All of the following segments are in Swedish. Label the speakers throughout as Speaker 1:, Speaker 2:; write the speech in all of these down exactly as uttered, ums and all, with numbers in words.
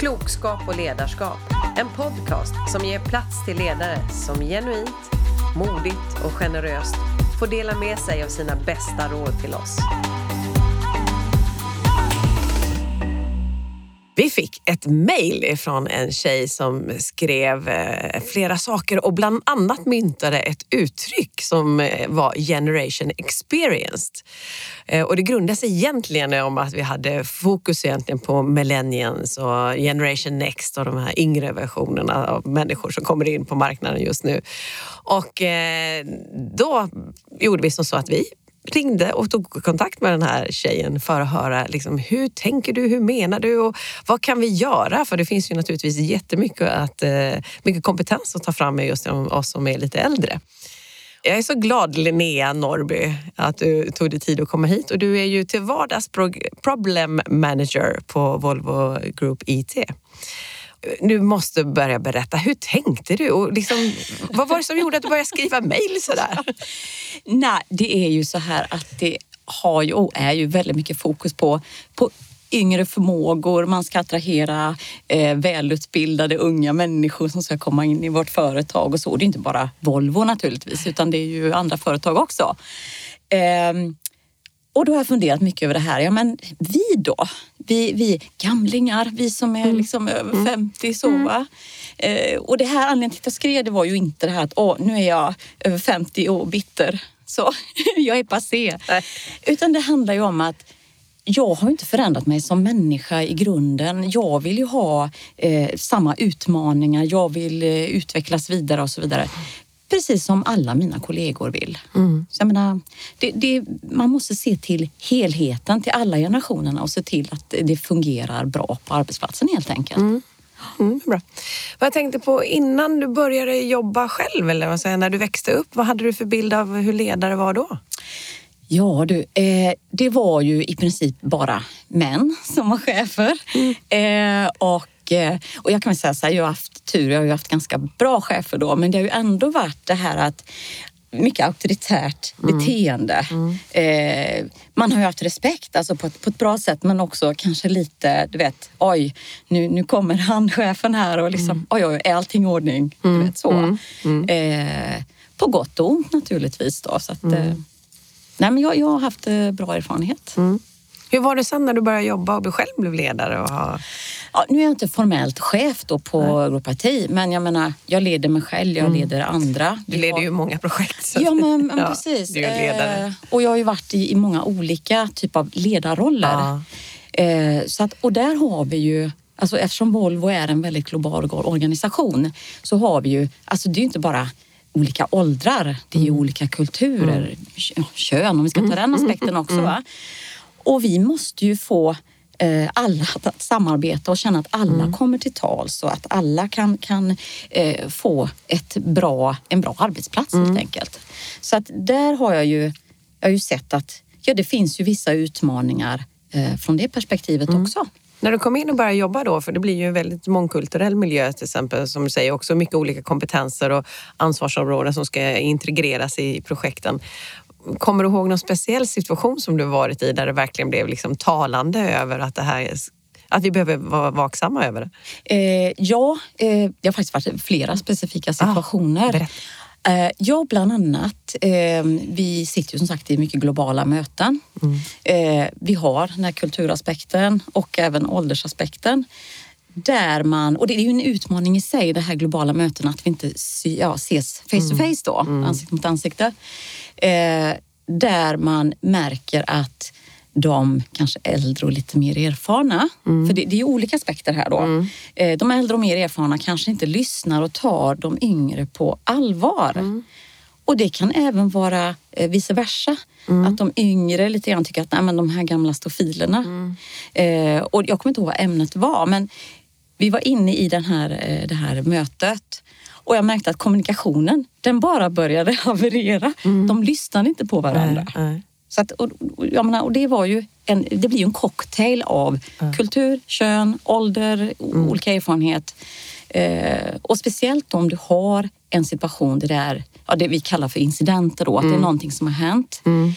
Speaker 1: Klokskap och ledarskap. En podcast som ger plats till ledare som genuint, modigt och generöst får dela med sig av sina bästa råd till oss.
Speaker 2: Vi fick ett mejl från en tjej som skrev flera saker och bland annat myntade ett uttryck som var generation experienced. Och det grundar sig egentligen om att vi hade fokus egentligen på millennials och generation next och de här yngre versionerna av människor som kommer in på marknaden just nu. Och då gjorde vi som så att vi ringde och tog kontakt med den här tjejen för att höra liksom, hur tänker du, hur menar du och vad kan vi göra? För det finns ju naturligtvis jättemycket att, mycket kompetens att ta fram med just om oss som är lite äldre. Jag är så glad, Linnea Norrby, att du tog dig tid att komma hit och du är ju till vardags problem manager på Volvo Group I T. Nu måste du börja berätta, hur tänkte du? Och liksom, vad var det som gjorde att du började skriva mejl sådär?
Speaker 3: Nej, det är ju så här att det har ju, och är ju väldigt mycket fokus på, på yngre förmågor. Man ska attrahera eh, välutbildade unga människor som ska komma in i vårt företag och så. Det är inte bara Volvo naturligtvis, utan det är ju andra företag också. Eh, Och då har jag funderat mycket över det här. Ja, men vi då? Vi, vi gamlingar, vi som är mm. liksom över femtio så va? Eh, och det här anledningen till att jag skrev det var ju inte det här att åh, nu är jag över femtio och bitter. Så jag är passé. Nej. Utan det handlar ju om att jag har inte förändrat mig som människa i grunden. Jag vill ju ha eh, samma utmaningar. Jag vill eh, utvecklas vidare och så vidare. Precis som alla mina kollegor vill. Mm. Så jag menar, det, det, man måste se till helheten, till alla generationerna och se till att det fungerar bra på arbetsplatsen helt enkelt. Mm.
Speaker 2: Mm, bra. Vad jag tänkte på innan du började jobba själv eller vad säger, när du växte upp, vad hade du för bild av hur ledare var då?
Speaker 3: Ja du, eh, det var ju i princip bara män som var chefer. Mm. Eh, och Och jag kan väl säga så här, jag har haft tur, jag har ju haft ganska bra chefer då, men det har ju ändå varit det här att mycket auktoritärt mm. beteende. Mm. Eh, man har ju haft respekt alltså på ett, på ett bra sätt, men också kanske lite, du vet, oj, nu, nu kommer han, chefen här och liksom, mm. oj, oj, är allting i ordning? Mm. Du vet, så. Mm. Mm. Eh, på gott och ont naturligtvis då, så att, mm. eh, nej men jag, jag har haft eh, bra erfarenhet.
Speaker 2: Mm. Hur var det sen när du började jobba och själv blev ledare? Och ha...
Speaker 3: ja, nu är jag inte formellt chef då på Group I T, men jag menar, jag leder mig själv, jag leder mm. andra.
Speaker 2: Du leder har... ju många projekt. Så...
Speaker 3: Ja, men, men
Speaker 2: ja,
Speaker 3: precis.
Speaker 2: Du är ledare.
Speaker 3: Eh, och jag har ju varit i, i många olika typer av ledarroller. Ja. Eh, så att, och där har vi ju, alltså eftersom Volvo är en väldigt global organisation, så har vi ju, alltså det är ju inte bara olika åldrar, det är ju mm. olika kulturer, mm. kön, om vi ska ta den aspekten också va. Och vi måste ju få eh, alla att samarbeta och känna att alla mm. kommer till tal så att alla kan, kan eh, få ett bra, en bra arbetsplats mm. helt enkelt. Så att där har jag ju, jag har ju sett att ja, det finns ju vissa utmaningar eh, från det perspektivet mm. också.
Speaker 2: När du kom in och började jobba då, för det blir ju en väldigt mångkulturell miljö till exempel, som du säger, också mycket olika kompetenser och ansvarsområden som ska integreras i projekten. Kommer du ihåg någon speciell situation som du varit i där det verkligen blev liksom talande över att det här är, att vi behöver vara vaksamma över det?
Speaker 3: Eh, ja, eh, det har faktiskt varit flera specifika situationer. Ah, eh, ja, bland annat. Eh, vi sitter ju som sagt i mycket globala möten. Mm. Eh, vi har den här kulturaspekten och även åldersaspekten. Där man, och det är ju en utmaning i sig, det här globala möten, att vi inte ja, ses face to face då, mm. ansikte mot ansikte. Eh, där man märker att de kanske äldre och lite mer erfarna, mm. för det, det är ju olika aspekter här då. Mm. Eh, de äldre och mer erfarna kanske inte lyssnar och tar de yngre på allvar. Mm. Och det kan även vara eh, vice versa. Mm. Att de yngre lite grann tycker att nej, men de här gamla stofilerna. Mm. Eh, och jag kommer inte ihåg vad ämnet var, men vi var inne i den här, eh, det här mötet. Och jag märkte att kommunikationen, den bara började haverera. Mm. De lyssnade inte på varandra. Nej, nej. Så att, och, och, jag menar, och det var ju en, det blir ju en cocktail av mm. kultur, kön, ålder, mm. olika erfarenhet. Eh, och speciellt om du har en situation där det är ja, det vi kallar för incidenter då, att mm. det är någonting som har hänt. Mm.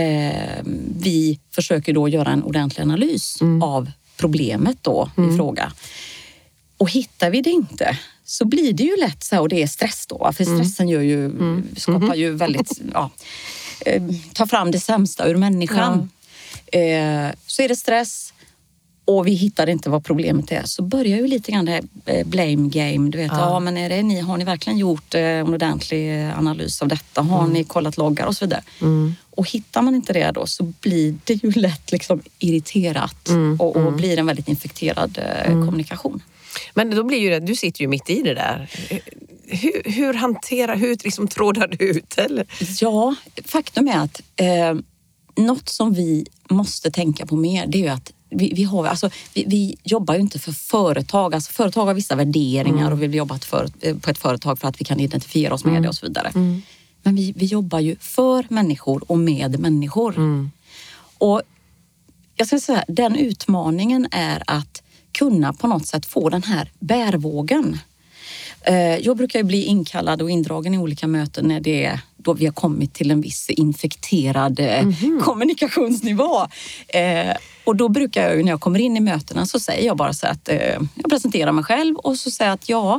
Speaker 3: Eh, vi försöker då göra en ordentlig analys mm. av problemet då mm. i fråga. Och hittar vi det inte så blir det ju lätt så, och det är stress då. För stressen gör ju, mm. skapar ju väldigt, ja, tar fram det sämsta ur människan. Ja. Eh, så är det stress och vi hittar inte vad problemet är. Så börjar ju lite grann det här blame game. Du vet, ja, ja men är det ni, har ni verkligen gjort en ordentlig analys av detta? Har mm. ni kollat loggar och så vidare? Mm. Och hittar man inte det då så blir det ju lätt liksom irriterat mm. och, och mm. blir en väldigt infekterad mm. kommunikation.
Speaker 2: Men då blir ju det, du sitter ju mitt i det där. Hur, hur hanterar, hur liksom trådar du ut? Eller?
Speaker 3: Ja, faktum är att eh, något som vi måste tänka på mer, det är ju att vi, vi, har, alltså, vi, vi jobbar ju inte för företag. Alltså, företag har vissa värderingar mm. och vi vill jobba för, på ett företag för att vi kan identifiera oss med mm. det och så vidare. Mm. Men vi, vi jobbar ju för människor och med människor. Mm. Och jag ska säga, den utmaningen är att kunna på något sätt få den här bärvågen. Jag brukar ju bli inkallad och indragen i olika möten när det är då vi har kommit till en viss infekterad mm-hmm. kommunikationsnivå. Och då brukar jag ju, när jag kommer in i mötena så säger jag bara så att jag presenterar mig själv och så säger att ja,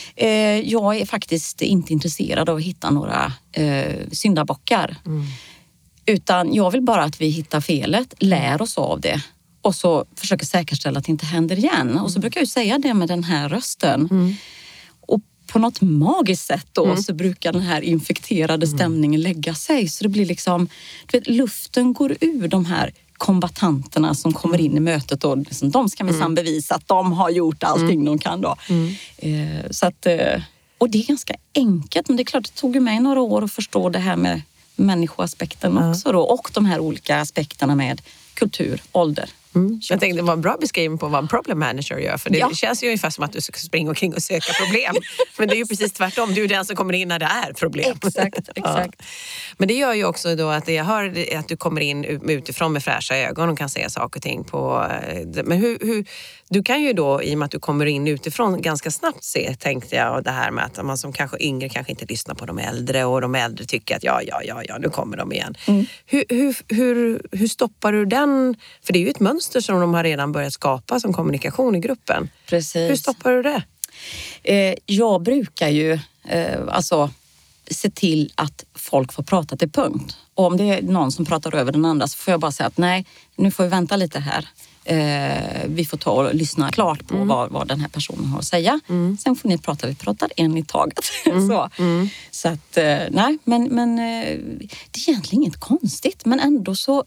Speaker 3: jag är faktiskt inte intresserad av att hitta några syndabockar. Mm. Utan jag vill bara att vi hittar felet, lär oss av det. Och så försöker säkerställa att det inte händer igen. Mm. Och så brukar jag ju säga det med den här rösten. Mm. Och på något magiskt sätt då mm. så brukar den här infekterade stämningen lägga sig. Så det blir liksom, du vet, luften går ur de här kombatanterna som kommer in i mötet. Och liksom, de ska minsann mm. bevisa att de har gjort allting mm. de kan då. Mm. Eh, så att, eh, och det är ganska enkelt. Men det är klart, det tog ju mig några år att förstå det här med människoaspekten mm. också då. Och de här olika aspekterna med kultur, ålder.
Speaker 2: Mm. Jag tänkte det var en bra beskrivning på vad en problem manager gör. För det ja. känns ju ungefär som att du ska springa omkring och söka problem. Men det är ju precis tvärtom. Du är den som kommer in när det är problem.
Speaker 3: Exakt, exakt.
Speaker 2: Ja. Men det gör ju också då att jag hör att du kommer in utifrån med fräscha ögon och kan se saker och ting på... Men hur, hur, du kan ju då, i och med att du kommer in utifrån ganska snabbt se, tänkte jag, och det här med att man som kanske yngre kanske inte lyssnar på de äldre och de äldre tycker att ja, ja, ja, ja nu kommer de igen. Mm. Hur, hur, hur, hur stoppar du den? För det är ju ett mönster som de har redan börjat skapa som kommunikation i gruppen.
Speaker 3: Precis.
Speaker 2: Hur stoppar du det?
Speaker 3: Eh, jag brukar ju eh, alltså se till att folk får prata till punkt. Och om det är någon som pratar över den andra så får jag bara säga att nej, nu får vi vänta lite här. Eh, vi får ta och lyssna klart på mm. vad, vad den här personen har att säga. Mm. Sen får ni prata, vi pratar en i taget. Mm. så. Mm. så att, eh, nej, men, men eh, det är egentligen inget konstigt. Men ändå så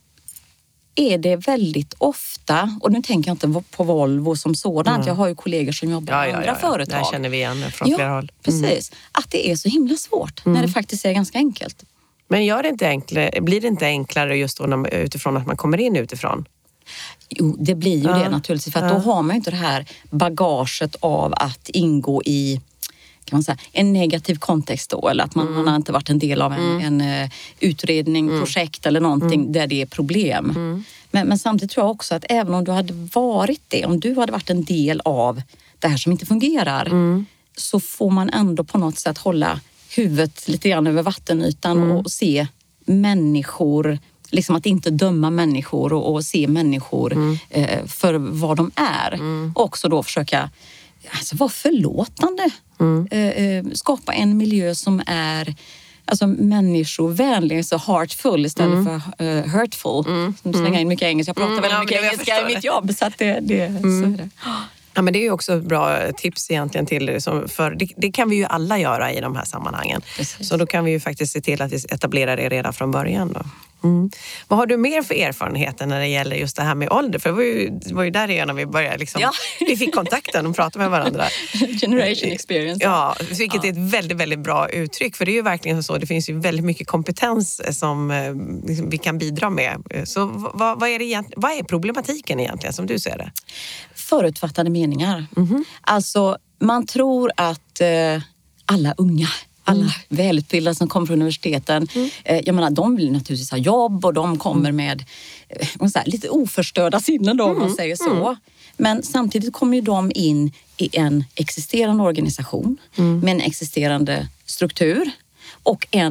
Speaker 3: är det väldigt ofta, och nu tänker jag inte på Volvo som sådant, mm. jag har ju kollegor som jobbar
Speaker 2: ja,
Speaker 3: med
Speaker 2: ja,
Speaker 3: andra
Speaker 2: ja, ja.
Speaker 3: företag.
Speaker 2: Det här känner vi igen från
Speaker 3: ja,
Speaker 2: flera håll.
Speaker 3: Mm. Precis, att det är så himla svårt mm. när det faktiskt är ganska enkelt.
Speaker 2: Men gör det inte enklare, blir det inte enklare just då när, utifrån att man kommer in utifrån?
Speaker 3: Jo, det blir ju ja. det naturligtvis, för att ja. då har man ju inte det här bagaget av att ingå i, kan man säga, en negativ kontext då, eller att man, mm. man har inte varit en del av en, mm. en uh, utredning, mm. projekt eller någonting mm. där det är problem. Mm. Men, men samtidigt tror jag också att även om du hade varit det, om du hade varit en del av det här som inte fungerar, mm. så får man ändå på något sätt hålla huvudet lite grann över vattenytan mm. och se människor, liksom att inte döma människor och, och se människor mm. eh, för vad de är. Mm. Och också då försöka alltså, vara förlåtande. Mm. Eh, skapa en miljö som är alltså, människovänlig, så heartful istället mm. för uh, hurtful. Mm. Som slänger in mycket engelska. Jag pratar mm. väldigt ja, mycket engelska i mitt jobb. Så att det, det, mm. så är det.
Speaker 2: Ja, men det är ju också bra tips egentligen till, för det, det kan vi ju alla göra i de här sammanhangen. Precis. Så då kan vi ju faktiskt se till att vi etablerar det redan från början då. Mm. Vad har du mer för erfarenheter när det gäller just det här med ålder? För det var ju, det var ju där redan vi började liksom, ja. vi fick kontakten och pratade med varandra.
Speaker 3: Generation experience.
Speaker 2: Ja, vilket ja. är ett väldigt, väldigt bra uttryck. För det är ju verkligen så, det finns ju väldigt mycket kompetens som liksom, vi kan bidra med. Så vad, vad, är det, vad är problematiken egentligen som du ser det?
Speaker 3: Förutfattade meningar. Mm-hmm. Alltså, man tror att eh, alla unga alla mm. välutbildade som kommer från universiteten. Mm. Eh, jag menar, de vill naturligtvis ha jobb och de kommer med eh, så här, lite oförstörda sinnen då, mm. om man säger så. Mm. Men samtidigt kommer ju de in i en existerande organisation mm. med en existerande struktur och en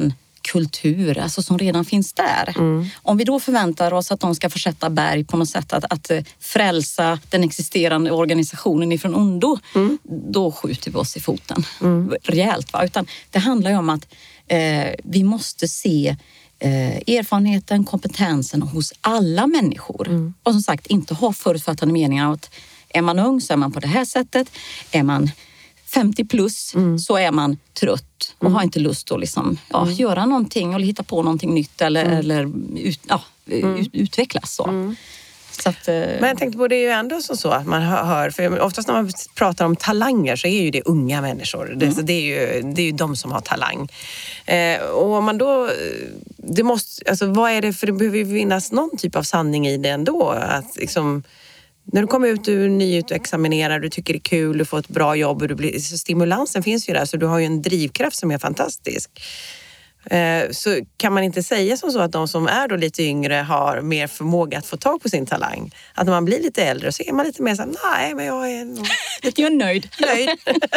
Speaker 3: kultur, alltså som redan finns där. Mm. Om vi då förväntar oss att de ska försätta berg på något sätt, att, att frälsa den existerande organisationen ifrån ondo, mm. då skjuter vi oss i foten. Mm. Rejält, va? Utan det handlar ju om att eh, vi måste se eh, erfarenheten, kompetensen hos alla människor. Mm. Och som sagt, inte ha förutfattade meningar att är man ung så är man på det här sättet. Är man femtio plus mm. så är man trött och mm. har inte lust att liksom, ja, mm. göra någonting eller hitta på någonting nytt eller, mm. eller ut, ja, mm. ut, utvecklas. Så. Mm. Så att,
Speaker 2: men jag tänkte på det är ju ändå så att man hör, för oftast när man pratar om talanger så är ju det unga människor. Mm. Det, det, är ju, det är ju de som har talang. Eh, och om man då, det måste, alltså vad är det, för det behöver ju finnas någon typ av sanning i det ändå. Att liksom, när du kommer ut, du är nyutexaminerad, du tycker det är kul, du får ett bra jobb och du blir, så stimulansen finns ju där, så du har ju en drivkraft som är fantastisk. Eh, så kan man inte säga som så att de som är då lite yngre har mer förmåga att få tag på sin talang. Att när man blir lite äldre så är man lite mer så här, nej men jag är nog lite
Speaker 3: jag är nöjd.
Speaker 2: nöjd.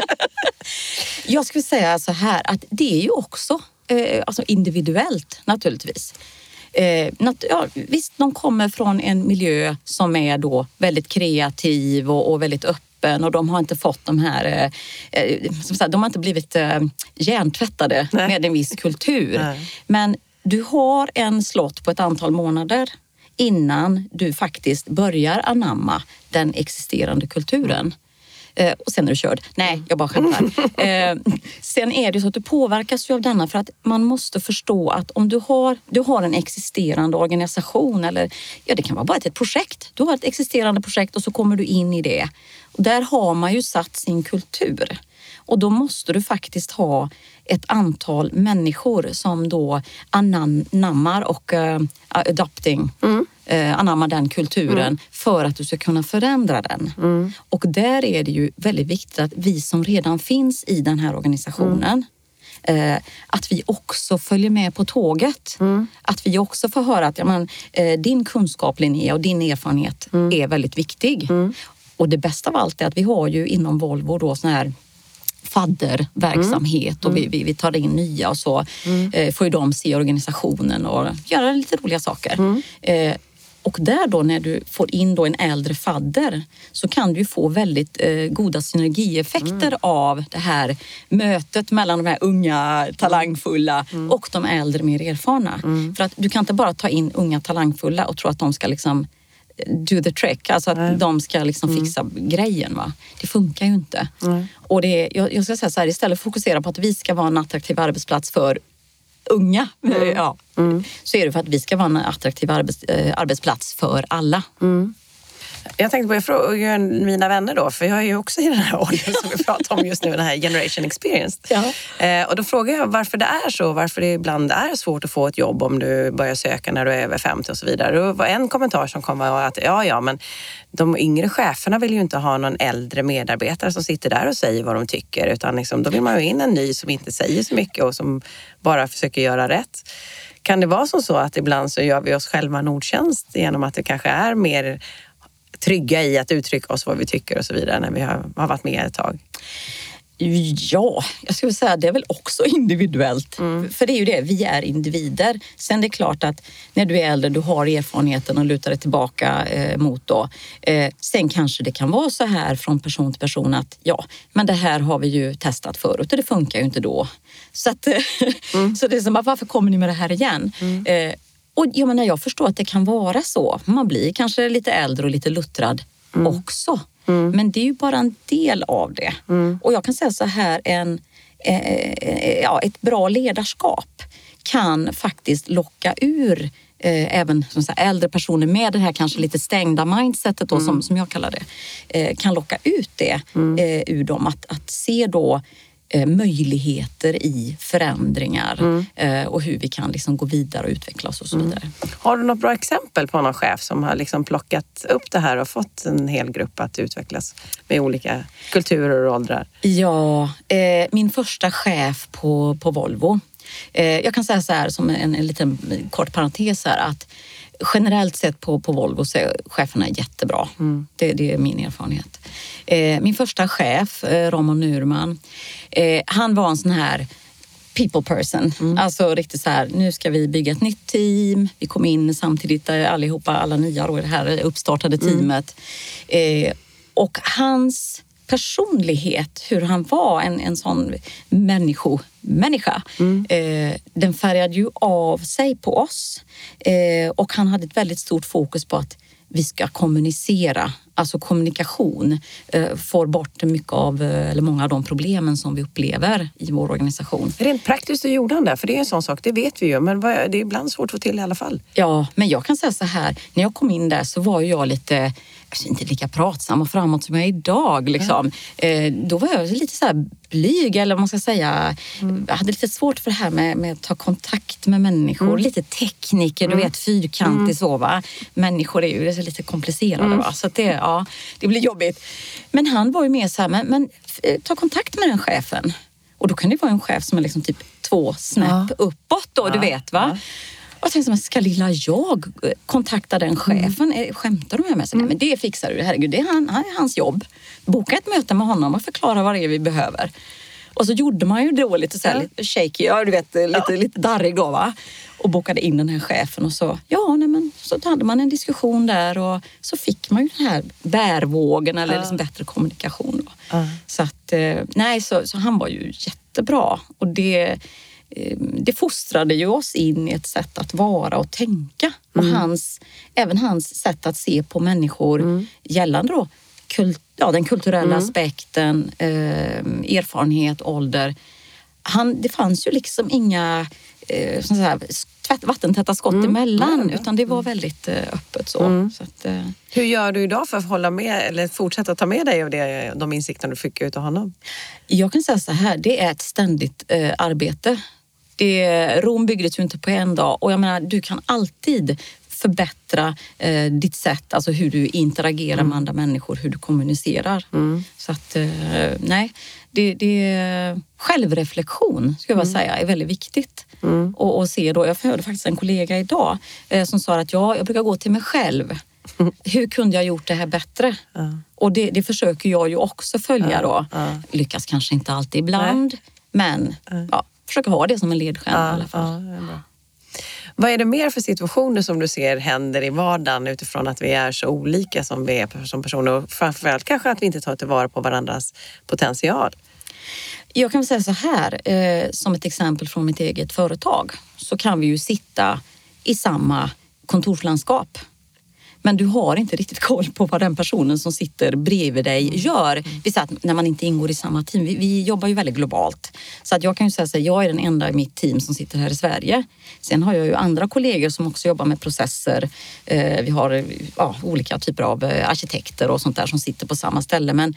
Speaker 3: Jag skulle säga så här att det är ju också eh, alltså individuellt naturligtvis. Eh, nat- ja, visst, de kommer från en miljö som är då väldigt kreativ och, och väldigt öppen och de har inte fått de här, eh, som sagt, de har inte blivit eh, hjärntvättade Nej. med en viss kultur. Nej. Men du har en slott på ett antal månader innan du faktiskt börjar anamma den existerande kulturen. Eh, och sen är du körd. Nej, jag bara skämtar. Eh, sen är det så att du påverkas ju av denna, för att man måste förstå att om du har, du har en existerande organisation eller ja, det kan vara bara ett projekt. Du har ett existerande projekt och så kommer du in i det. Och där har man ju satt sin kultur. Och då måste du faktiskt ha ett antal människor som då anammar och uh, adopting, mm. uh, anammar den kulturen mm. för att du ska kunna förändra den. Mm. Och där är det ju väldigt viktigt att vi som redan finns i den här organisationen mm. uh, att vi också följer med på tåget. Mm. Att vi också får höra att ja, men, uh, din kunskap, Linnea, och din erfarenhet mm. är väldigt viktig. Mm. Och det bästa av allt är att vi har ju inom Volvo då sån här fadderverksamhet mm. och vi, vi, vi tar in nya och så mm. eh, får ju de se organisationen och göra lite roliga saker. Mm. Eh, och där då när du får in då en äldre fadder så kan du ju få väldigt eh, goda synergieffekter mm. av det här mötet mellan de här unga talangfulla mm. och de äldre mer erfarna. Mm. För att du kan inte bara ta in unga talangfulla och tro att de ska liksom do the trick, alltså att Nej. de ska liksom fixa mm. grejen, va. Det funkar ju inte. Mm. Och det, jag, jag ska säga så här, istället för att fokusera på att vi ska vara en attraktiv arbetsplats för unga, mm. ja, mm. så är det för att vi ska vara en attraktiv arbets, äh, arbetsplats för alla.
Speaker 2: Mm. Jag tänkte på jag frågar mina vänner då, för jag är ju också i den här åldern som vi pratar om just nu, den här generation experience. Ja. Eh, och då frågar jag varför det är så, varför det ibland är svårt att få ett jobb om du börjar söka när du är över femtio och så vidare. Det var en kommentar som kom var att ja, ja, men de yngre cheferna vill ju inte ha någon äldre medarbetare som sitter där och säger vad de tycker, utan liksom, då vill man ju in en ny som inte säger så mycket och som bara försöker göra rätt. Kan det vara som så att ibland så gör vi oss själva en ordtjänst genom att det kanske är mer trygga i att uttrycka oss vad vi tycker och så vidare när vi har, har varit med ett tag?
Speaker 3: Ja, jag skulle säga att det är väl också individuellt. Mm. För det är ju det, vi är individer. Sen är det klart att när du är äldre, du har erfarenheten och lutar dig tillbaka eh, mot då. Eh, sen kanske det kan vara så här från person till person att ja, men det här har vi ju testat förut och det funkar ju inte då. Så, att, mm. så det är som att varför kommer ni med det här igen? Mm. Eh, Och jag menar, jag förstår att det kan vara så. Man blir kanske lite äldre och lite luttrad mm. också. Mm. Men det är ju bara en del av det. Mm. Och jag kan säga så här, en, eh, ja, ett bra ledarskap kan faktiskt locka ur eh, även som så här, äldre personer med det här kanske lite stängda mindsetet då, mm. som, som jag kallar det. Eh, kan locka ut det mm. eh, ur dem. Att, att se då möjligheter i förändringar mm. eh, och hur vi kan liksom gå vidare och utveckla oss och så vidare. Mm.
Speaker 2: Har du något bra exempel på någon chef som har liksom plockat upp det här och fått en hel grupp att utvecklas med olika kulturer och åldrar?
Speaker 3: Ja, eh, min första chef på, på Volvo. Eh, jag kan säga så här som en, en liten kort parentes här att generellt sett på, på Volvo så är cheferna jättebra. Mm. Det, det är min erfarenhet. Eh, min första chef, eh, Ramon Nurman, eh, han var en sån här people person. Mm. Alltså riktigt så här, nu ska vi bygga ett nytt team. Vi kom in samtidigt allihopa, alla nya då i det här uppstartade teamet. Mm. Eh, och hans personlighet, hur han var en, en sån människo, människa, mm. eh, den färgade ju av sig på oss. Eh, och han hade ett väldigt stort fokus på att vi ska kommunicera. Alltså kommunikation eh, får bort mycket av, eller många av de problemen som vi upplever i vår organisation.
Speaker 2: Rent praktiskt hur gjorde han det? För det är en sån sak, det vet vi ju. Men det är ibland svårt att få till i alla fall.
Speaker 3: Ja, men jag kan säga så här. När jag kom in där så var jag lite, alltså inte lika pratsam och framåt som jag är idag. Liksom. Mm. Eh, då var jag lite så här blyg, eller vad man ska säga. Mm. Jag hade lite svårt för det här med, med att ta kontakt med människor. Mm. Lite tekniker, du mm. vet, fyrkantig mm. så va. Människor är ju lite komplicerade mm. va. Så att det, ja, det blir jobbigt. Men han var ju mer så här, men, men ta kontakt med den chefen. Och då kan det vara en chef som är liksom typ två snäpp ja. uppåt då, ja. du vet va. Ja. Och jag tänkte, ska lilla jag kontakta den chefen? Mm. Skämtar de med mig? Mm. Men det fixar du, herregud, det är, han, han är hans jobb. Boka ett möte med honom och förklara vad det är vi behöver. Och så gjorde man ju då lite så här, ja. lite shaky, ja, du vet, lite, ja. lite darrig då va. Och bokade in den här chefen och så, ja nej men, så hade man en diskussion där och så fick man ju den här bärvågen eller ja. liksom bättre kommunikation då. Ja. Så att, nej, så, så han var ju jättebra och det... Det fostrade ju oss in i ett sätt att vara och tänka. Och mm. hans, även hans sätt att se på människor mm. gällande då, kult, ja, den kulturella mm. aspekten, eh, erfarenhet, ålder. Han, det fanns ju liksom inga eh, så här, tvätt, vattentäta skott mm. emellan, mm. utan det var väldigt eh, öppet så. Mm. så att, eh.
Speaker 2: Hur gör du idag för att hålla med eller fortsätta ta med dig av det, de insikter du fick ut av honom?
Speaker 3: Jag kan säga så här, det är ett ständigt eh, arbete. Det, Rom byggdes ju inte på en dag och jag menar, du kan alltid förbättra eh, ditt sätt, alltså hur du interagerar mm. med andra människor, hur du kommunicerar. Mm. Så att, eh, nej, det, det självreflektion skulle jag mm. säga är väldigt viktigt. Mm. Och, och se då, jag hörde faktiskt en kollega idag eh, som sa att ja, jag brukar gå till mig själv. Mm. Hur kunde jag gjort det här bättre? Mm. Och det, det försöker jag ju också följa mm. då. Mm. Lyckas kanske inte alltid ibland, nej. men mm. ja. Försöka ha det som en ledstjärna ja, i alla fall. Ja,
Speaker 2: bra. Vad är det mer för situationer som du ser händer i vardagen utifrån att vi är så olika som vi är som personer och framförallt kanske att vi inte tar tillvara på varandras potential?
Speaker 3: Jag kan säga så här, eh, som ett exempel från mitt eget företag så kan vi ju sitta i samma kontorslandskap. Men du har inte riktigt koll på vad den personen som sitter bredvid dig gör. Vi säger att när man inte ingår i samma team. Vi, vi jobbar ju väldigt globalt. Så att jag kan ju säga att jag är den enda i mitt team som sitter här i Sverige. Sen har jag ju andra kollegor som också jobbar med processer. Eh, vi har ja, olika typer av arkitekter och sånt där som sitter på samma ställe. Men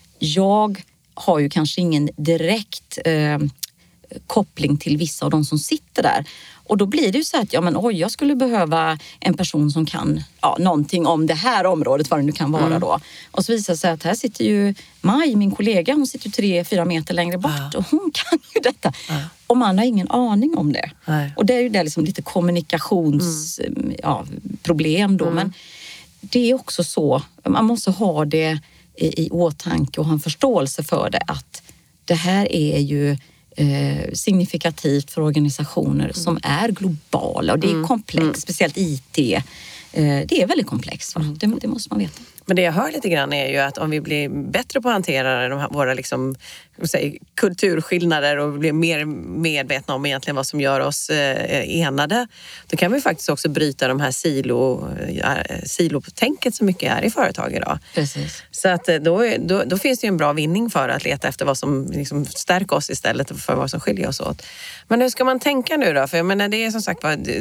Speaker 3: jag har ju kanske ingen direkt eh, koppling till vissa av de som sitter där. Och då blir det ju så att ja, men, oj, jag skulle behöva en person som kan ja, någonting om det här området, vad det nu kan vara mm. då. Och så visar det sig att här sitter ju Maj, min kollega, hon sitter ju tre, fyra meter längre bort ja. och hon kan ju detta. Ja. Och man har ingen aning om det. Nej. Och det är ju det liksom lite kommunikationsproblem mm. ja, problem då. Mm. Men det är också så, man måste ha det i, i åtanke och ha en förståelse för det att det här är ju Eh, signifikativt för organisationer mm. som är globala och det är mm. komplext, mm. speciellt I T. Eh, det är väldigt komplext, va? Mm. Det, det måste man veta.
Speaker 2: Men det jag hör lite grann är ju att om vi blir bättre på att hantera de här, våra liksom, säga, kulturskillnader och blir mer medvetna om egentligen vad som gör oss eh, enade, då kan vi faktiskt också bryta de här silo, eh, silotänket som mycket är i företag idag.
Speaker 3: Precis.
Speaker 2: Så att då, då, då finns det ju en bra vinning för att leta efter vad som liksom stärker oss istället för vad som skiljer oss åt. Men hur ska man tänka nu då? För jag menar, det är som sagt,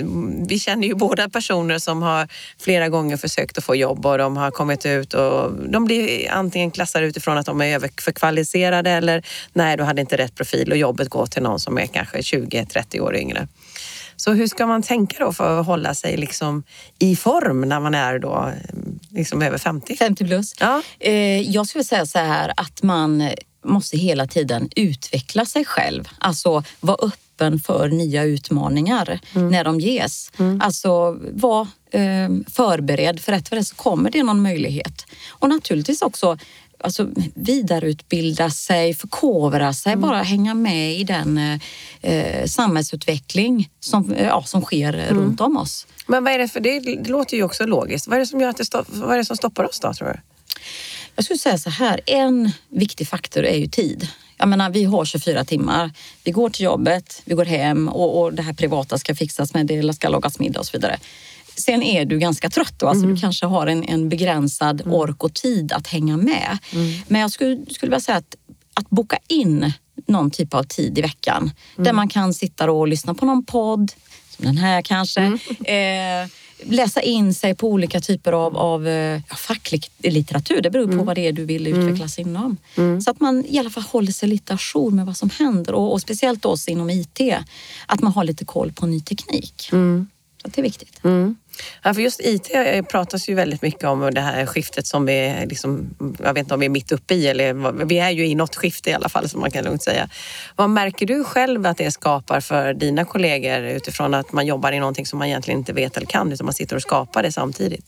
Speaker 2: vi känner ju båda personer som har flera gånger försökt att få jobb och de har kommit ut och de blir antingen klassade utifrån att de är överkvalificerade eller nej, du hade inte rätt profil och jobbet går till någon som är kanske tjugo trettio år yngre. Så hur ska man tänka då för att hålla sig liksom i form när man är då liksom över femtio?
Speaker 3: femtio plus. Ja. Eh, jag skulle säga så här att man måste hela tiden utveckla sig själv. Alltså vara öppen för nya utmaningar mm. när de ges. Mm. Alltså vara eh, förberedd för rätt för det så kommer det någon möjlighet. Och naturligtvis också alltså, vidareutbilda sig, förkovra sig, mm. bara hänga med i den eh, samhällsutveckling som, ja, som sker mm. runt om oss.
Speaker 2: Men vad är det för det? Det låter ju också logiskt. Vad är det som gör att det stopp, vad är det som stoppar oss då, tror du?
Speaker 3: Jag skulle säga så här, en viktig faktor är ju tid. Jag menar, vi har tjugofyra timmar. Vi går till jobbet, vi går hem och, och det här privata ska fixas med, det ska lagas middag och så vidare. Sen är du ganska trött då, alltså mm. du kanske har en, en begränsad mm. ork och tid att hänga med. Mm. Men jag skulle, skulle vilja säga att, att boka in någon typ av tid i veckan mm. där man kan sitta och lyssna på någon podd, som den här kanske, mm. eh, läsa in sig på olika typer av, av ja, facklig litteratur. Det beror på mm. vad det är du vill utvecklas mm. inom. Mm. Så att man i alla fall håller sig lite ajour med vad som händer. Och, och speciellt oss inom I T. Att man har lite koll på ny teknik. Mm. Så det är viktigt.
Speaker 2: Mm. Ja, för just I T pratas ju väldigt mycket om det här skiftet som vi är, liksom, jag vet inte om vi är mitt uppe i, eller vi är ju i något skifte i alla fall, som man kan lugnt säga. Vad märker du själv att det skapar för dina kollegor utifrån att man jobbar i någonting som man egentligen inte vet eller kan, utan man sitter och skapar det samtidigt?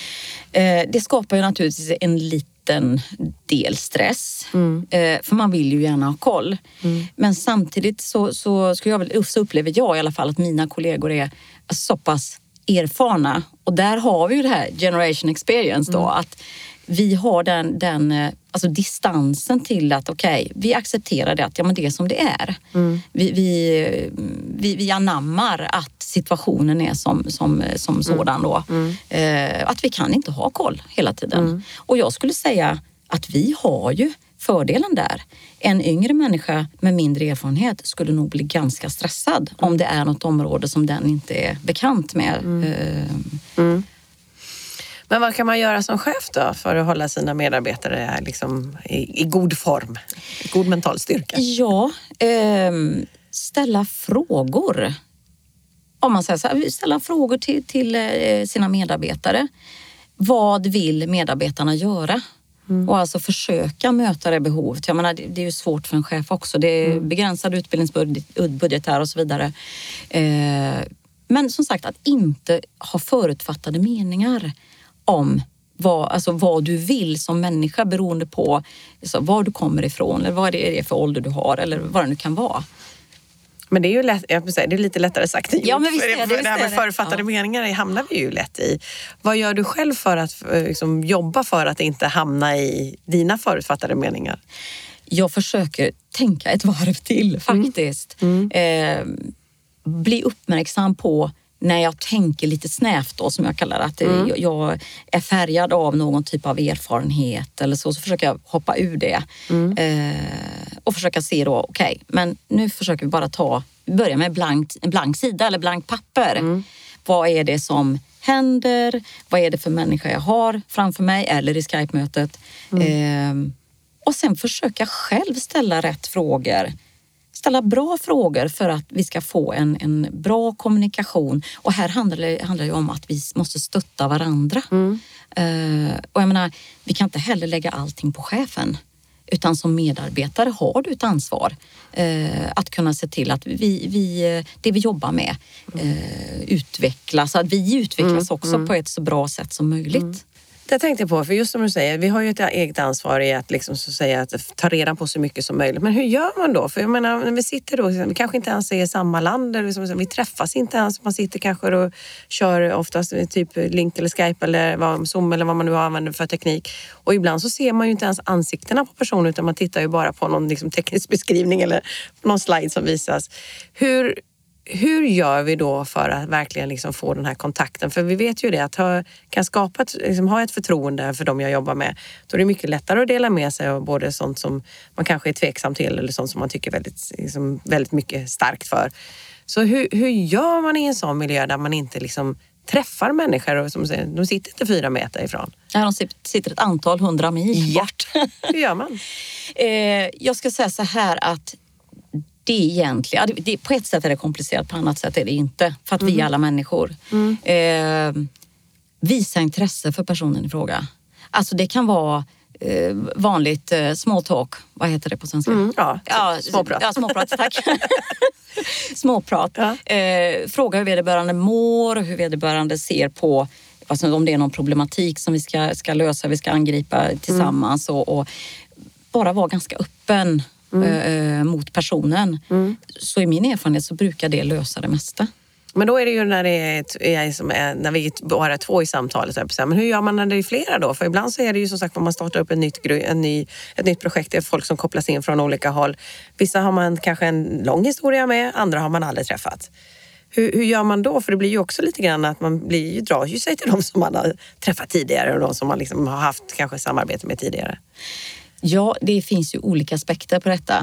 Speaker 3: Eh, det skapar ju naturligtvis en liten del stress. Mm. Eh, för man vill ju gärna ha koll. Mm. Men samtidigt så, så, skulle jag väl, så upplever jag i alla fall att mina kollegor är så pass erfarna. Och där har vi ju det här generation experience då. Mm. Att vi har den, den alltså distansen till att okej, okay, vi accepterar det att ja, men det är som det är. Mm. Vi, vi, vi, vi anammar att situationen är som, som, som mm. sådan då. Mm. Eh, att vi kan inte ha koll hela tiden. Mm. Och jag skulle säga att vi har ju fördelen där. En yngre människa med mindre erfarenhet skulle nog bli ganska stressad mm. om det är något område som den inte är bekant med. Mm.
Speaker 2: Mm. Men vad kan man göra som chef då för att hålla sina medarbetare liksom i, i god form, i god mental styrka?
Speaker 3: Ja, eh, ställa frågor. Om man säger så här, ställa frågor till, till sina medarbetare. Vad vill medarbetarna göra? Mm. Och alltså försöka möta det behovet. Jag menar, det är ju svårt för en chef också. Det är mm. begränsad utbildningsbudget här och så vidare. Eh, men som sagt, att inte ha förutfattade meningar om vad, alltså vad du vill som människa beroende på alltså, var du kommer ifrån eller vad det är för ålder du har eller vad det nu kan vara.
Speaker 2: Men det är ju lätt, jag vill säga, det är lite lättare sagt än
Speaker 3: ja, men visst
Speaker 2: för,
Speaker 3: är det,
Speaker 2: för
Speaker 3: visst
Speaker 2: det här med förutfattade ja. meningar hamnar vi ju lätt i. Vad gör du själv för att liksom, jobba för att inte hamna i dina förutfattade meningar?
Speaker 3: Jag försöker tänka ett varv till faktiskt. Mm. Mm. Eh, bli uppmärksam på när jag tänker lite snävt då, som jag kallar det, att mm. jag är färgad av någon typ av erfarenhet eller så, så försöker jag hoppa ur det. Mm. Eh, och försöka se då, okej, okay, men nu försöker vi bara ta, börja med blank, en blank sida eller blank papper. Mm. Vad är det som händer? Vad är det för människa jag har framför mig eller i Skype-mötet? Mm. Eh, och sen försöka själv ställa rätt frågor. Ställa bra frågor för att vi ska få en, en bra kommunikation. Och här handlar det, handlar det om att vi måste stötta varandra. Mm. Uh, och jag menar, vi kan inte heller lägga allting på chefen. Utan som medarbetare har du ett ansvar uh, att kunna se till att vi, vi, det vi jobbar med uh, utvecklas. Att vi utvecklas mm. också mm. på ett så bra sätt som möjligt. Mm.
Speaker 2: Det tänkte jag på, för just som du säger, vi har ju ett eget ansvar i att, liksom, så att, säga, att ta reda på så mycket som möjligt. Men hur gör man då? För jag menar, när vi sitter då, vi kanske inte ens är i samma land, eller vi träffas inte ens, man sitter kanske och kör oftast typ Link eller Skype eller vad, Zoom eller vad man nu använder för teknik. Och ibland så ser man ju inte ens ansiktena på personen, utan man tittar ju bara på någon liksom, teknisk beskrivning eller någon slide som visas. Hur... Hur gör vi då för att verkligen liksom få den här kontakten? För vi vet ju det, att ha, kan skapa ett, liksom, ha ett förtroende för dem jag jobbar med. Då är det mycket lättare att dela med sig av både sånt som man kanske är tveksam till eller sånt som man tycker väldigt, liksom, väldigt mycket starkt för. Så hur, hur gör man i en sån miljö där man inte liksom träffar människor och som säger, de sitter inte fyra meter ifrån?
Speaker 3: Ja, de sitter ett antal hundra mil bort.
Speaker 2: Hur gör man?
Speaker 3: eh, jag ska säga så här att det är egentligen, det, på ett sätt är det komplicerat, på annat sätt är det inte. För att mm. vi är alla människor. Mm. Eh, visa intresse för personen i fråga. Alltså det kan vara eh, vanligt eh, small talk. Vad heter det på svenska?
Speaker 2: Mm, ja,
Speaker 3: ja,
Speaker 2: småprat.
Speaker 3: Ja, småprat, tack. Småprat. Ja. Eh, fråga hur vederbörande mår och hur vederbörande ser på hjälpa oss om det är någon problematik som vi ska, ska lösa, vi ska angripa tillsammans mm. och, och bara vara ganska öppen mm. eh, mot personen. Mm. Så i min erfarenhet så brukar det lösa det mesta.
Speaker 2: Men då är det ju när, det är, som är, när vi bara är två i samtalet. Men hur gör man när det är flera då? För ibland så är det ju som sagt att man startar upp en nytt, en ny, ett nytt projekt. Det är folk som kopplas in från olika håll. Vissa har man kanske en lång historia med, andra har man aldrig träffat. Hur, hur gör man då? För det blir ju också lite grann att man blir, drar ju sig till de som man har träffat tidigare och de som man liksom har haft kanske samarbete med tidigare.
Speaker 3: Ja, det finns ju olika aspekter på detta.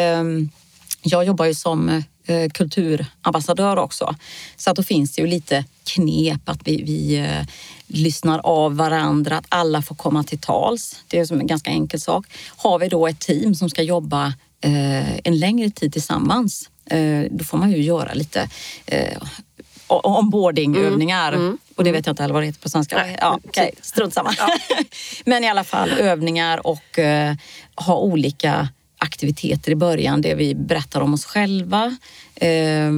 Speaker 3: Jag jobbar ju som kulturambassadör också. Så att då finns det ju lite knep att vi, vi eh, lyssnar av varandra, att alla får komma till tals. Det är som en ganska enkel sak. Har vi då ett team som ska jobba eh, en längre tid tillsammans, eh, då får man ju göra lite eh, onboardingövningar. Mm, mm, och det vet jag inte heller vad det heter på svenska. Nej, ja, okej, strunt samma. Ja. Men i alla fall övningar och eh, ha olika aktiviteter i början, det vi berättar om oss själva, eh,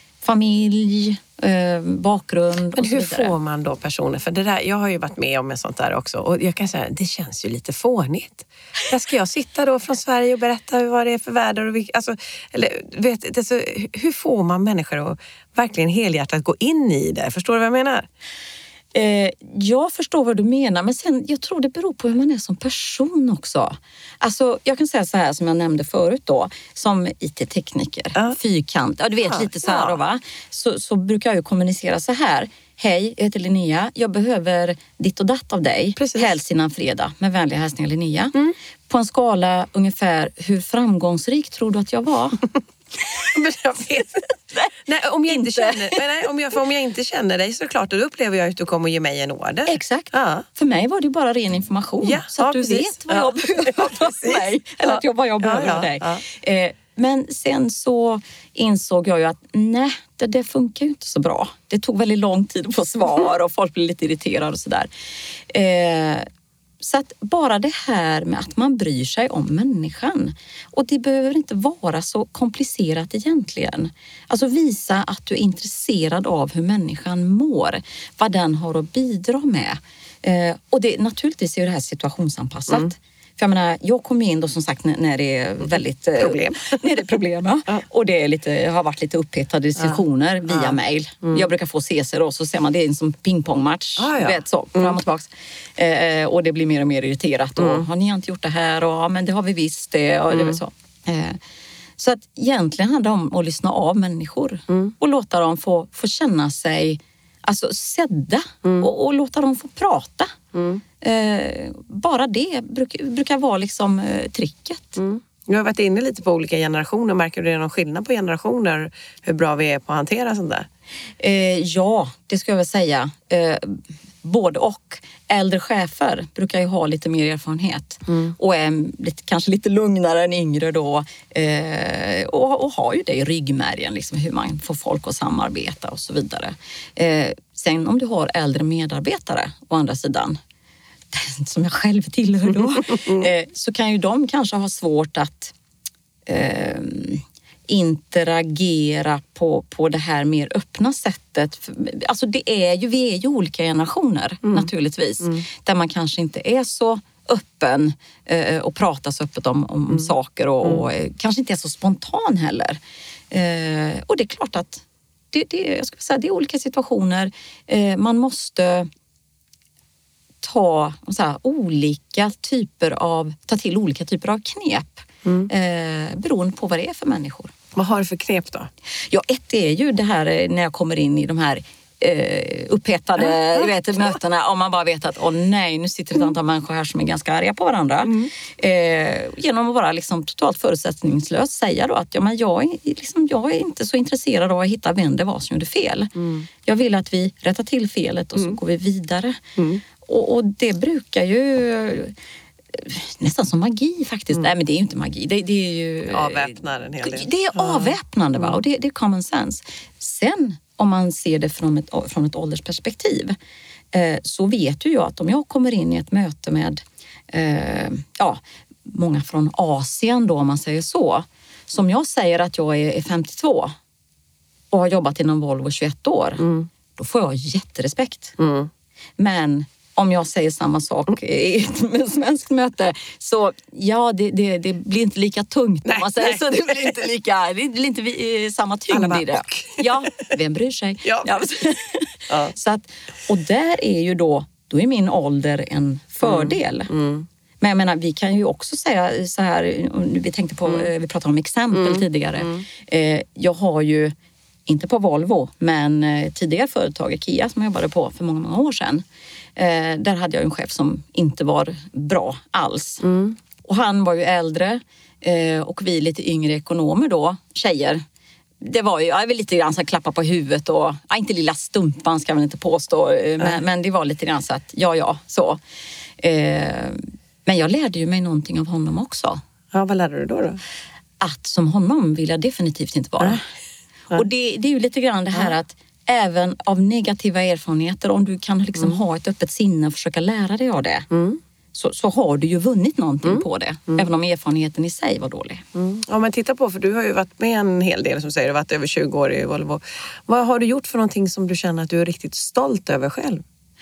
Speaker 3: familj, eh, bakgrund.
Speaker 2: Men hur får man då personer? För det där, jag har ju varit med om ett sånt där också och jag kan säga, det känns ju lite fånigt. Där ska jag sitta då från Sverige och berätta vad det är för väder och vilka, alltså, eller vet, det, så, hur får man människor att verkligen helhjärtat gå in i det? Förstår du vad jag menar?
Speaker 3: Eh, jag förstår vad du menar, men sen, jag tror det beror på hur man är som person också. Alltså, jag kan säga så här som jag nämnde förut då, som I T-tekniker, ja. fyrkant, ja, du vet ja, lite så här ja. då, va? Så, så brukar jag ju kommunicera så här. Hej, jag heter Linnea, jag behöver ditt och datt av dig. Precis. Helst innan fredag, med vänliga hälsningar Linnea. Mm. På en skala ungefär, hur framgångsrik tror du att jag var?
Speaker 2: Men jag vet. Nej, om jag inte, inte känner, nej, om jag om jag inte känner dig så är det klart, då upplever jag att du kommer ge mig en order.
Speaker 3: Exakt. Ja. För mig var det bara ren information ja, så att ja, du precis. vet vad jag ja. behöver av mig eller ja. att jag, vad jag behöver ja, ja, av dig. Ja. Eh, men sen så insåg jag ju att nej, det, det funkar ju inte så bra. Det tog väldigt lång tid att få svar och folk blev lite irriterade och sådär. Eh, Så att bara det här med att man bryr sig om människan. Och det behöver inte vara så komplicerat egentligen. Alltså visa att du är intresserad av hur människan mår. Vad den har att bidra med. Eh, och det, naturligtvis är det här situationsanpassat. Mm. För jag menar, jag kommer in då som sagt när, när det är väldigt...
Speaker 2: Problem.
Speaker 3: När det är problem, ja. Och det är lite, har varit lite upphettade diskussioner ja. via ja. mail. Mm. Jag brukar få C C då, så ser man det är en som pingpongmatch. Ah, ja. vet, så, fram och tillbaks. Eh, och det blir mer och mer irriterat. Mm. Och, har ni inte gjort det här? Och, ja, men det har vi visst det. Och, mm. det är så. Eh, så att egentligen handlar det om att lyssna av människor. Mm. Och låta dem få, få känna sig... Alltså sedda mm. och, och låta dem få prata. Mm. Eh, bara det brukar, brukar vara liksom eh, tricket.
Speaker 2: Mm. Du har varit inne lite på olika generationer. Märker du någon skillnad på generationer? Hur bra vi är på att hantera sånt där?
Speaker 3: Eh, ja, det ska jag väl säga. Eh, både och. Äldre chefer brukar ju ha lite mer erfarenhet. Mm. Och är lite, kanske lite lugnare än yngre då. Eh, och, och har ju det i ryggmärgen. Liksom, hur man får folk att samarbeta och så vidare. Eh, sen om du har äldre medarbetare å andra sidan. Som jag själv tillhör då. eh, så kan ju de kanske ha svårt att... Eh, interagera på, på det här mer öppna sättet. Alltså det är ju, vi är ju olika generationer mm. naturligtvis. Mm. Där man kanske inte är så öppen eh, och pratar så öppet om, om mm. saker och, och mm. kanske inte är så spontan heller. Eh, och det är klart att det, det, jag skulle säga, det är olika situationer. Eh, man måste ta så här, olika typer av, ta till olika typer av knep. Mm. Eh, beroende på vad det är för människor.
Speaker 2: Vad har du för knep då?
Speaker 3: Ja, ett är ju det här när jag kommer in i de här eh, upphettade äh, vet, äh, mötena. Om man bara vet att åh nej, nu sitter ett antal mm. människor här som är ganska arga på varandra. Mm. Eh, genom att bara liksom totalt förutsättningslöst säga då att ja, men jag, är, liksom, jag är inte så intresserad av att hitta vem det var som gjorde fel. Mm. Jag vill att vi rättar till felet och så mm. går vi vidare. Mm. Och, och det brukar ju... nästan som magi faktiskt. Mm. Nej, men det är ju inte magi. Det, det är ju...
Speaker 2: Avväpnar en hel del.
Speaker 3: Det är avväpnande, va? Och det, det är common sense. Sen, om man ser det från ett, från ett åldersperspektiv, eh, så vet ju jag att om jag kommer in i ett möte med eh, ja, många från Asien då, om man säger så. Som jag säger att jag är femtiotvå och har jobbat inom Volvo tjugoett år. Mm. Då får jag jätterespekt. Mm. Men om jag säger samma sak i ett svenskt möte så ja, det, det, det blir inte lika tungt. Nej, man säger, så det blir inte lika, det blir inte vi, samma tyngd i det. Ja, vem bryr sig? Ja. Ja. Ja. Så att, och där är ju då, då är min ålder en fördel. Mm. Mm. Men jag menar, vi kan ju också säga så här, vi tänkte på, mm. vi pratade om exempel mm. tidigare. Mm. Eh, jag har ju, inte på Volvo, men tidigare företag, Ikea, som jag jobbade på för många, många år sedan. Eh, där hade jag en chef som inte var bra alls. Mm. Och han var ju äldre eh, och vi lite yngre ekonomer då, tjejer. Det var ju, jag vill lite grann så klappa på huvudet och, ja, inte lilla stumpan ska jag väl inte påstå, mm. men, men det var lite grann så att, ja, ja, så. Eh, men jag lärde ju mig någonting av honom också.
Speaker 2: Ja, vad lärde du då då?
Speaker 3: Att som honom vill jag definitivt inte vara. Mm. Mm. Och det, det är ju lite grann det här mm. att även av negativa erfarenheter, om du kan liksom mm. ha ett öppet sinne och försöka lära dig av det, mm. så, så har du ju vunnit någonting mm. på det. Mm. Även om erfarenheten i sig var dålig.
Speaker 2: Mm. Ja, men titta på, för du har ju varit med en hel del, som säger, du har varit över tjugo år i Volvo. Vad har du gjort för någonting som du känner att du är riktigt stolt över själv?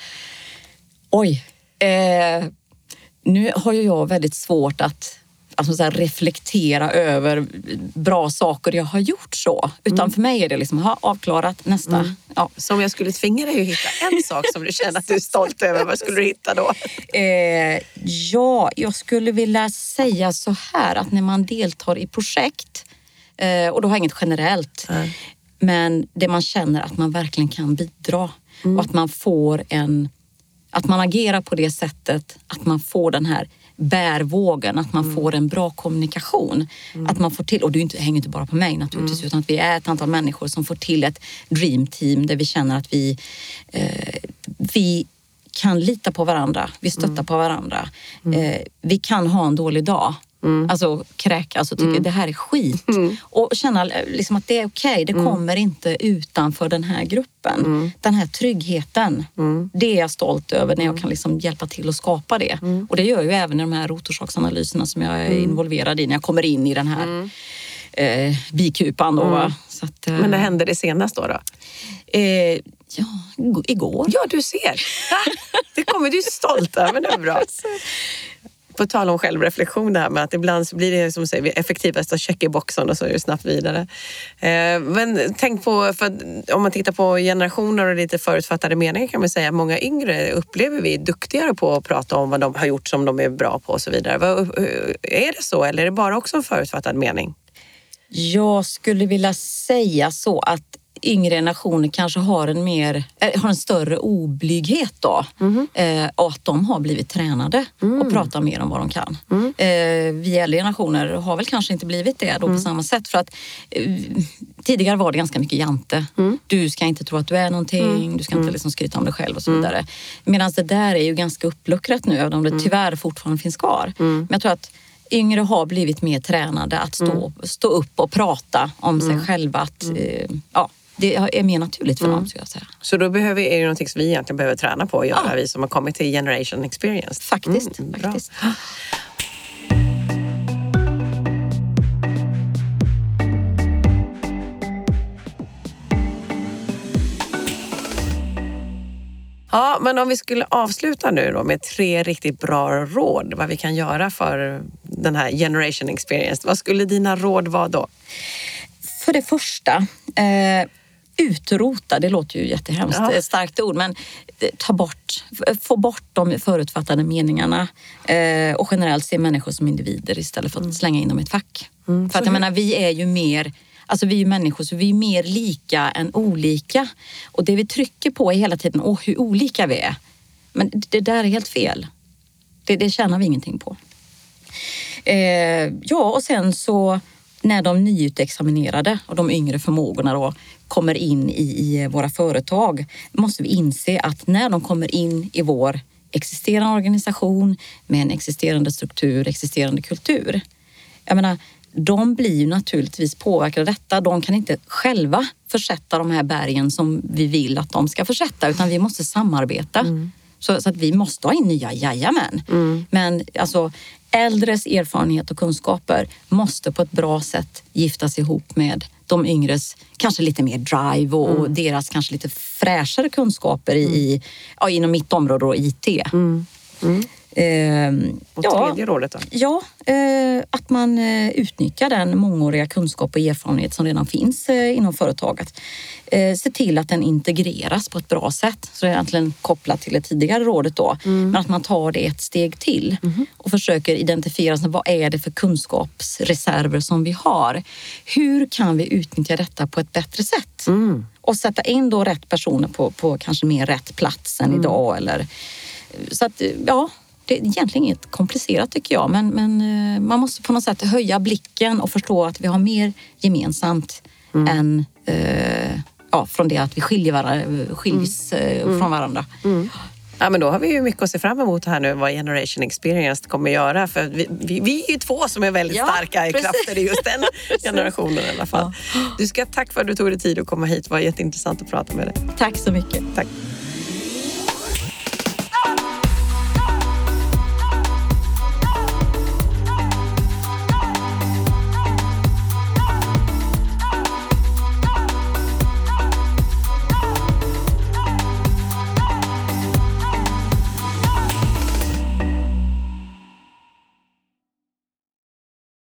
Speaker 3: Oj. Eh, nu har ju jag väldigt svårt att alltså så här, reflektera över bra saker jag har gjort så. Utan mm. för mig är det liksom, ha avklarat nästa. Mm. Ja.
Speaker 2: Så om jag skulle tvinga dig att hitta en sak som du känner att du är stolt över, vad skulle du hitta då?
Speaker 3: Eh, ja, jag skulle vilja säga så här att när man deltar i projekt, eh, och då har jag inget generellt, mm. men det man känner att man verkligen kan bidra mm. och att man får en, att man agerar på det sättet att man får den här bärvågen, att man mm. får en bra kommunikation. Mm. Att man får till, och det inte, hänger inte bara på mig naturligtvis, mm. utan att vi är ett antal människor som får till ett dream team där vi känner att vi, eh, vi kan lita på varandra, vi stöttar mm. på varandra. Mm. Eh, vi kan ha en dålig dag. Mm. Alltså kräka, alltså tycker mm. det här är skit. Mm. Och känna liksom att det är okej, okay, det mm. kommer inte utanför den här gruppen. Mm. Den här tryggheten, mm. det är jag stolt över när jag kan liksom hjälpa till att skapa det. Mm. Och det gör jag ju även i de här rotorsaksanalyserna som jag är mm. involverad i när jag kommer in i den här mm. eh, bikupan. Då, mm. Så att, eh,
Speaker 2: Men när hände det senast då? då?
Speaker 3: Eh, ja, igår.
Speaker 2: Ja, du ser. Det kommer du stolt över nu, bra. På tal om självreflektion där med att ibland så blir det som säger vi effektivast att checka i boxen och så är det snabbt vidare. Eh, men tänk på, för om man tittar på generationer och lite förutfattade meningar kan man säga att många yngre upplever vi duktigare på att prata om vad de har gjort som de är bra på och så vidare. Är det så eller är det bara också en förutfattad mening?
Speaker 3: Jag skulle vilja säga så att yngre generationer kanske har en mer har en större oblyghet då. Mm. Eh, och att de har blivit tränade mm. och pratar mer om vad de kan. Mm. Eh, vi äldre generationer har väl kanske inte blivit det då mm. på samma sätt. För att eh, tidigare var det ganska mycket jante. Mm. Du ska inte tro att du är någonting. Mm. Du ska inte liksom skryta om dig själv och så vidare. Mm. Medan det där är ju ganska uppluckrat nu. Även om det mm. tyvärr fortfarande finns kvar. Mm. Men jag tror att yngre har blivit mer tränade att stå, mm. stå upp och prata om mm. sig själva. Att, mm. eh, ja, det är mer naturligt för mm. dem, skulle jag säga.
Speaker 2: Så då behöver, är det någonting som vi egentligen behöver träna på att göra, ja. vi som har kommit till Generation Experience.
Speaker 3: Faktiskt,
Speaker 2: mm,
Speaker 3: faktiskt.
Speaker 2: Bra. Ja, men om vi skulle avsluta nu då med tre riktigt bra råd vad vi kan göra för den här Generation Experience. Vad skulle dina råd vara då?
Speaker 3: För det första, eh, utrota, det låter ju jättehemskt, ja. ett starkt ord, men ta bort, få bort de förutfattade meningarna eh, och generellt se människor som individer istället för att mm. slänga in dem i ett fack. Mm, för att jag menar, vi är ju mer, alltså vi är ju människor så vi är mer lika än olika. Och det vi trycker på är hela tiden, åh hur olika vi är. Men det där är helt fel. Det, det tjänar vi ingenting på. Eh, ja, och sen så när de nyutexaminerade och de yngre förmågorna då kommer in i, i våra företag måste vi inse att när de kommer in i vår existerande organisation med en existerande struktur, existerande kultur. Jag menar, de blir ju naturligtvis påverkade av detta. De kan inte själva försätta de här bergen som vi vill att de ska försätta utan vi måste samarbeta. Mm. Så, så att vi måste ha in nya jajamän. Mm. Men alltså äldres erfarenhet och kunskaper måste på ett bra sätt giftas ihop med de yngres kanske lite mer drive och,
Speaker 2: Mm.
Speaker 3: och deras kanske lite fräschare kunskaper i, i ja, inom mitt område och I T.
Speaker 2: Mm. Mm.
Speaker 3: Eh,
Speaker 2: Och
Speaker 3: ja,
Speaker 2: tredje rådet då?
Speaker 3: Ja, eh, att man eh, utnyttjar den mångåriga kunskap och erfarenhet som redan finns eh, inom företaget. Eh, se till att den integreras på ett bra sätt. Så det är egentligen kopplat till det tidigare rådet då. Mm. Men att man tar det ett steg till mm. och försöker identifiera så, vad är det för kunskapsreserver som vi har. Hur kan vi utnyttja detta på ett bättre sätt? Mm. Och sätta in då rätt personer på, på kanske mer rätt plats än mm. idag. Eller, så att, ja... Det är egentligen inget komplicerat tycker jag, men, men man måste på något sätt höja blicken och förstå att vi har mer gemensamt mm. än eh, ja, från det att vi skiljer varandra, skiljs mm. från varandra. Mm.
Speaker 2: Ja, men då har vi ju mycket att se fram emot här nu vad Generation Experience kommer göra. För vi, vi, vi är ju två som är väldigt ja, starka i krafter i just den generationen i alla fall. Ja. Du ska tack för att du tog dig tid att komma hit. Det var jätteintressant att prata med dig.
Speaker 3: Tack så mycket.
Speaker 2: Tack.